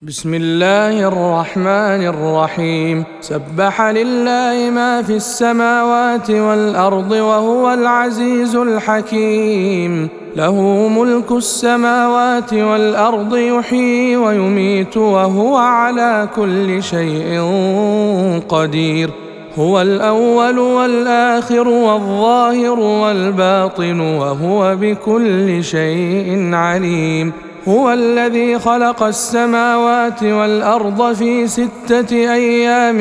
بسم الله الرحمن الرحيم. سبح لله ما في السماوات والأرض وهو العزيز الحكيم. له ملك السماوات والأرض، يحيي ويميت وهو على كل شيء قدير. هو الأول والآخر والظاهر والباطن وهو بكل شيء عليم. هو الذي خلق السماوات والأرض في 6 أيام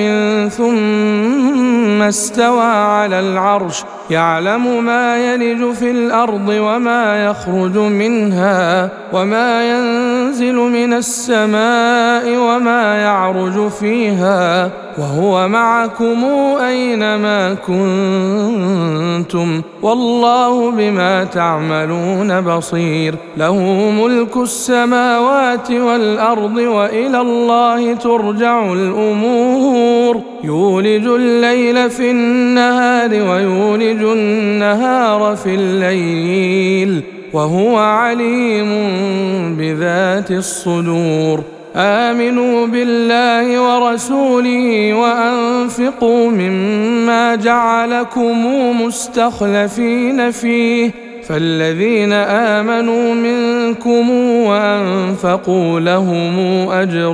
ثم استوى على العرش، يعلم ما يلج في الأرض وما يخرج منها وما ينزل من السماء وما يعرج فيها، وهو معكم أينما كنتم، والله بما تعملون بصير. له ملك السماوات والأرض وإلى الله ترجع الأمور. يولج الليل في النهار ويولج النهار في الليل، وهو عليم بذات الصدور. آمنوا بالله ورسوله وأنفقوا مما جعلكم مستخلفين فيه، فالذين آمنوا منكم وأنفقوا لهم أجر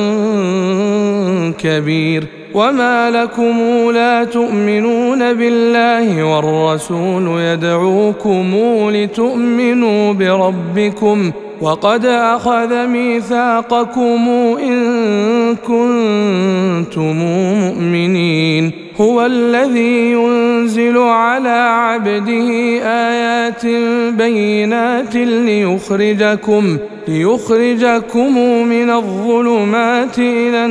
كبير. وما لكم لا تؤمنون بالله والرسول يدعوكم لتؤمنوا بربكم وقد أخذ ميثاقكم إن كنتم مؤمنين. هو الذي ينزل على عبده آيات بينات ليخرجكم من الظلمات إلى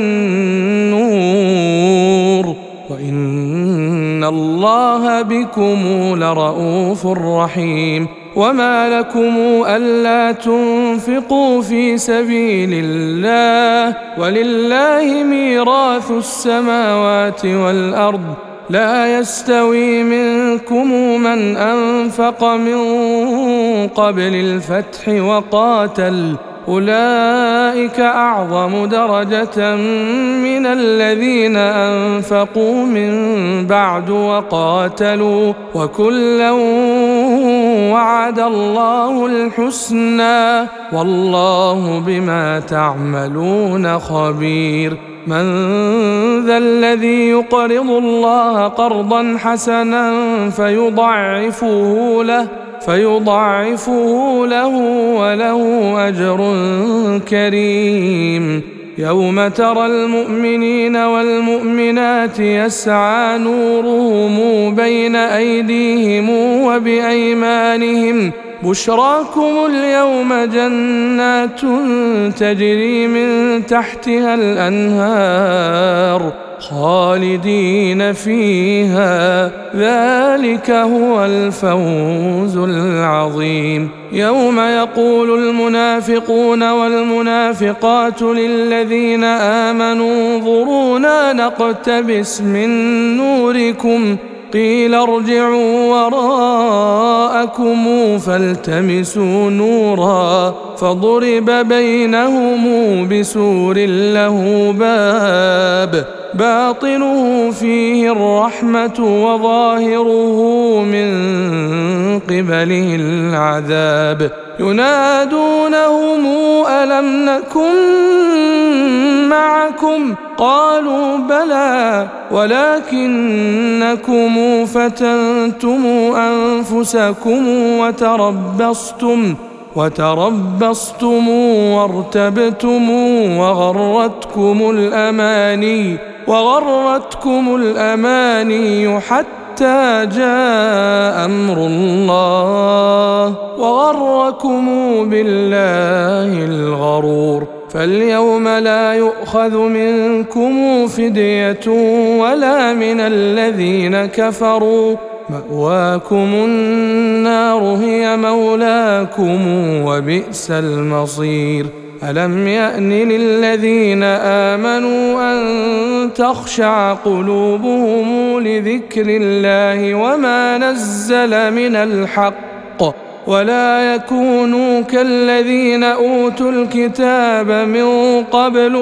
النور، وإن الله بكم لرءوف رحيم. وما لكم ألا تنفقوا في سبيل الله ولله ميراث السماوات والأرض، لا يستوي منكم من أنفق من قبل الفتح وقاتل، أولئك أعظم درجة من الذين أنفقوا من بعد وقاتلوا، وكلا وعد الله الحسنى، والله بما تعملون خبير. من ذا الذي يقرض الله قرضا حسنا فيضاعفه له وله أجر كريم. يوم ترى المؤمنين والمؤمنات يسعى نورهم بين أيديهم وبأيمانهم، بشراكم اليوم جنات تجري من تحتها الأنهار خالدين فيها، ذلك هو الفوز العظيم. يوم يقول المنافقون والمنافقات للذين آمنوا انظرونا نقتبس من نوركم، قيل ارجعوا وراءكم فالتمسوا نورا، فضرب بينهم بسور له باب باطنه فيه الرحمة وظاهره من قبله العذاب. ينادونهم ألم نكن معكم؟ قالوا بلى ولكنكم فتنتم أنفسكم وتربصتم وارتبتم وغرتكم الأماني حتى جاء أمر الله وغركم بالله الغرور. فاليوم لا يؤخذ منكم فدية ولا من الذين كفروا، مأواكم النار هي مولاكم وبئس المصير. ألم يأن للذين آمنوا أن تخشع قلوبهم لذكر الله وما نزل من الحق ولا يكونوا كالذين أوتوا الكتاب من قبل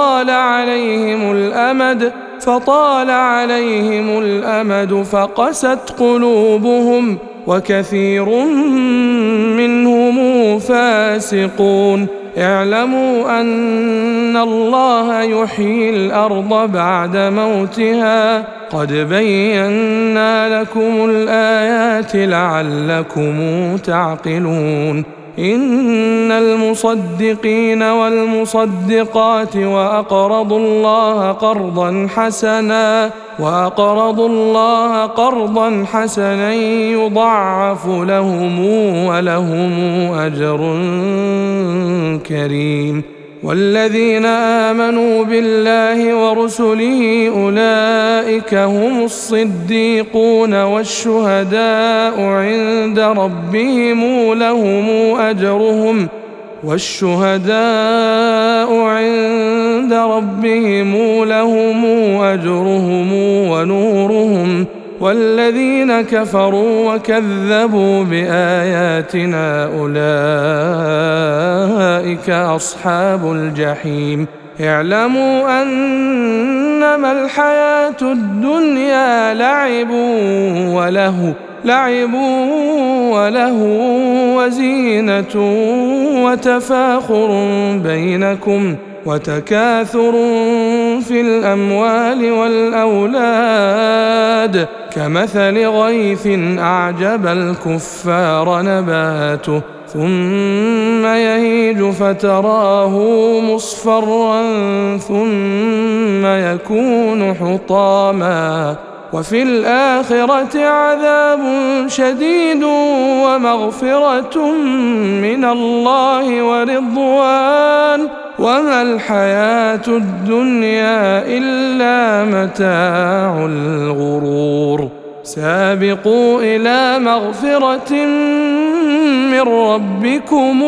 فطال عليهم الأمد فقست قلوبهم وكثير منهم فاسقون. اعلموا أن الله يحيي الأرض بعد موتها قد بينا لكم الآيات لعلكم تعقلون. إن المصدقين والمصدقات وأقرضوا الله قرضا حسنا يضاعف لهم ولهم أجر كريم. والذين آمنوا بالله ورسله أولئك هم الصديقون والشهداء عند ربهم لهم أجرهم ونورهم. والذين كفروا وكذبوا بآياتنا أولئك أصحاب الجحيم. اعلموا أنما الحياة الدنيا لعب وله وزينة وتفاخر بينكم وتكاثر في الأموال والأولاد كمثل غيث أعجب الكفار نباته ثم يهيج فتراه مصفرا ثم يكون حطاما وفي الآخرة عذاب شديد ومغفرة من الله ورضوان وما الحياة الدنيا إلا متاع الغرور. سابقوا إلى مغفرة من ربكم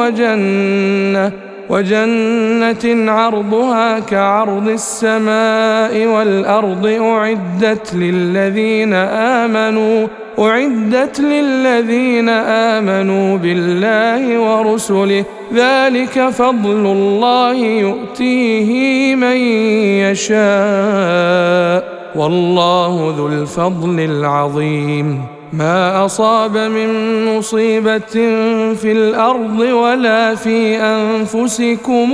وجنة عرضها كعرض السماء والأرض أعدت للذين آمنوا بالله ورسله ذلك فضل الله يؤتيه من يشاء والله ذو الفضل العظيم. ما أصاب من مصيبة في الأرض ولا في أنفسكم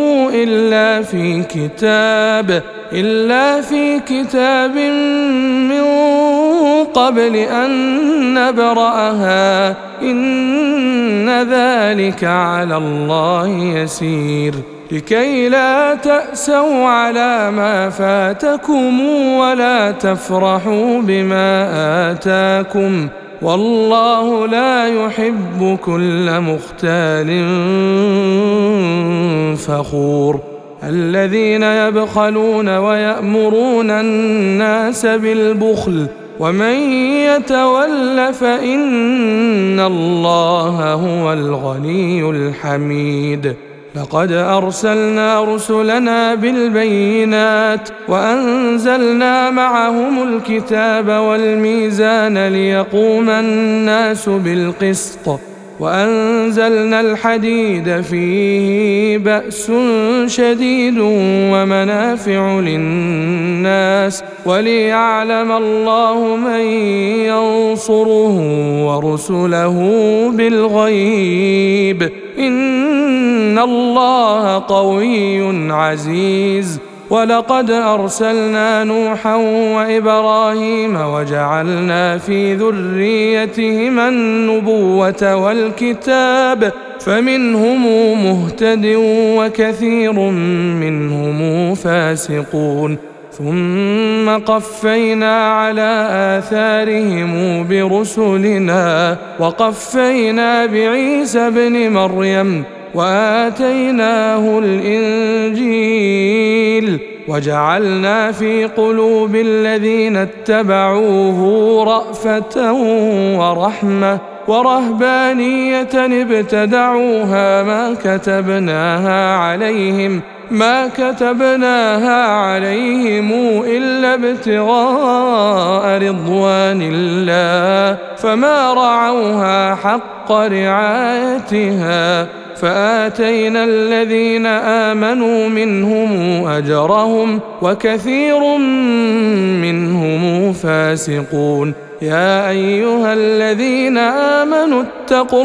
إلا في كتاب من قبل أن نبرأها إن ذلك على الله يسير. لكي لا تأسوا على ما فاتكم ولا تفرحوا بما آتاكم والله لا يحب كل مختال فخور. الذين يبخلون ويأمرون الناس بالبخل ومن يتول فإن الله هو الغني الحميد. لقد أرسلنا رسلنا بالبينات وأنزلنا معهم الكتاب والميزان ليقوم الناس بالقسط وأنزلنا الحديد فيه بأس شديد ومنافع للناس وليعلم الله من ينصره ورسله بالغيب إن الله قوي عزيز. ولقد أرسلنا نوحا وإبراهيم وجعلنا في ذريتهما النبوة والكتاب فمنهم مهتد وكثير منهم فاسقون. ثم قفينا على آثارهم برسلنا وقفينا بعيسى ابن مريم وآتيناه الإنجيل وجعلنا في قلوب الذين اتبعوه رأفة ورحمة ورهبانية ابتدعوها ما كتبناها عليهم ما كتبناها عليهم إلا ابتغاء رضوان الله فما رعوها حق رعايتها فآتينا الذين آمنوا منهم أجرهم وكثير منهم فاسقون. يا أيها الذين آمنوا اتقوا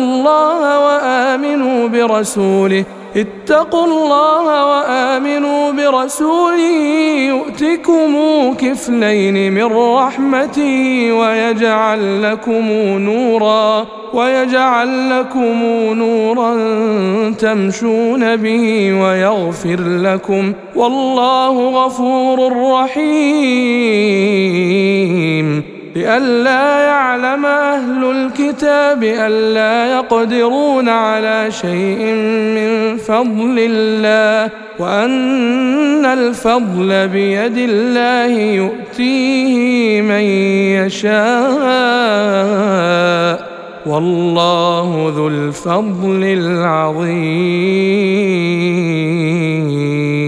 الله وآمنوا برسوله يؤتكم كفلين من رحمته ويجعل لكم نورا تمشون به ويغفر لكم والله غفور رحيم. لئلا يعلم أهل الكتاب ألا يقدرون على شيء من فضل الله وأن الفضل بيد الله يؤتيه من يشاء والله ذو الفضل العظيم.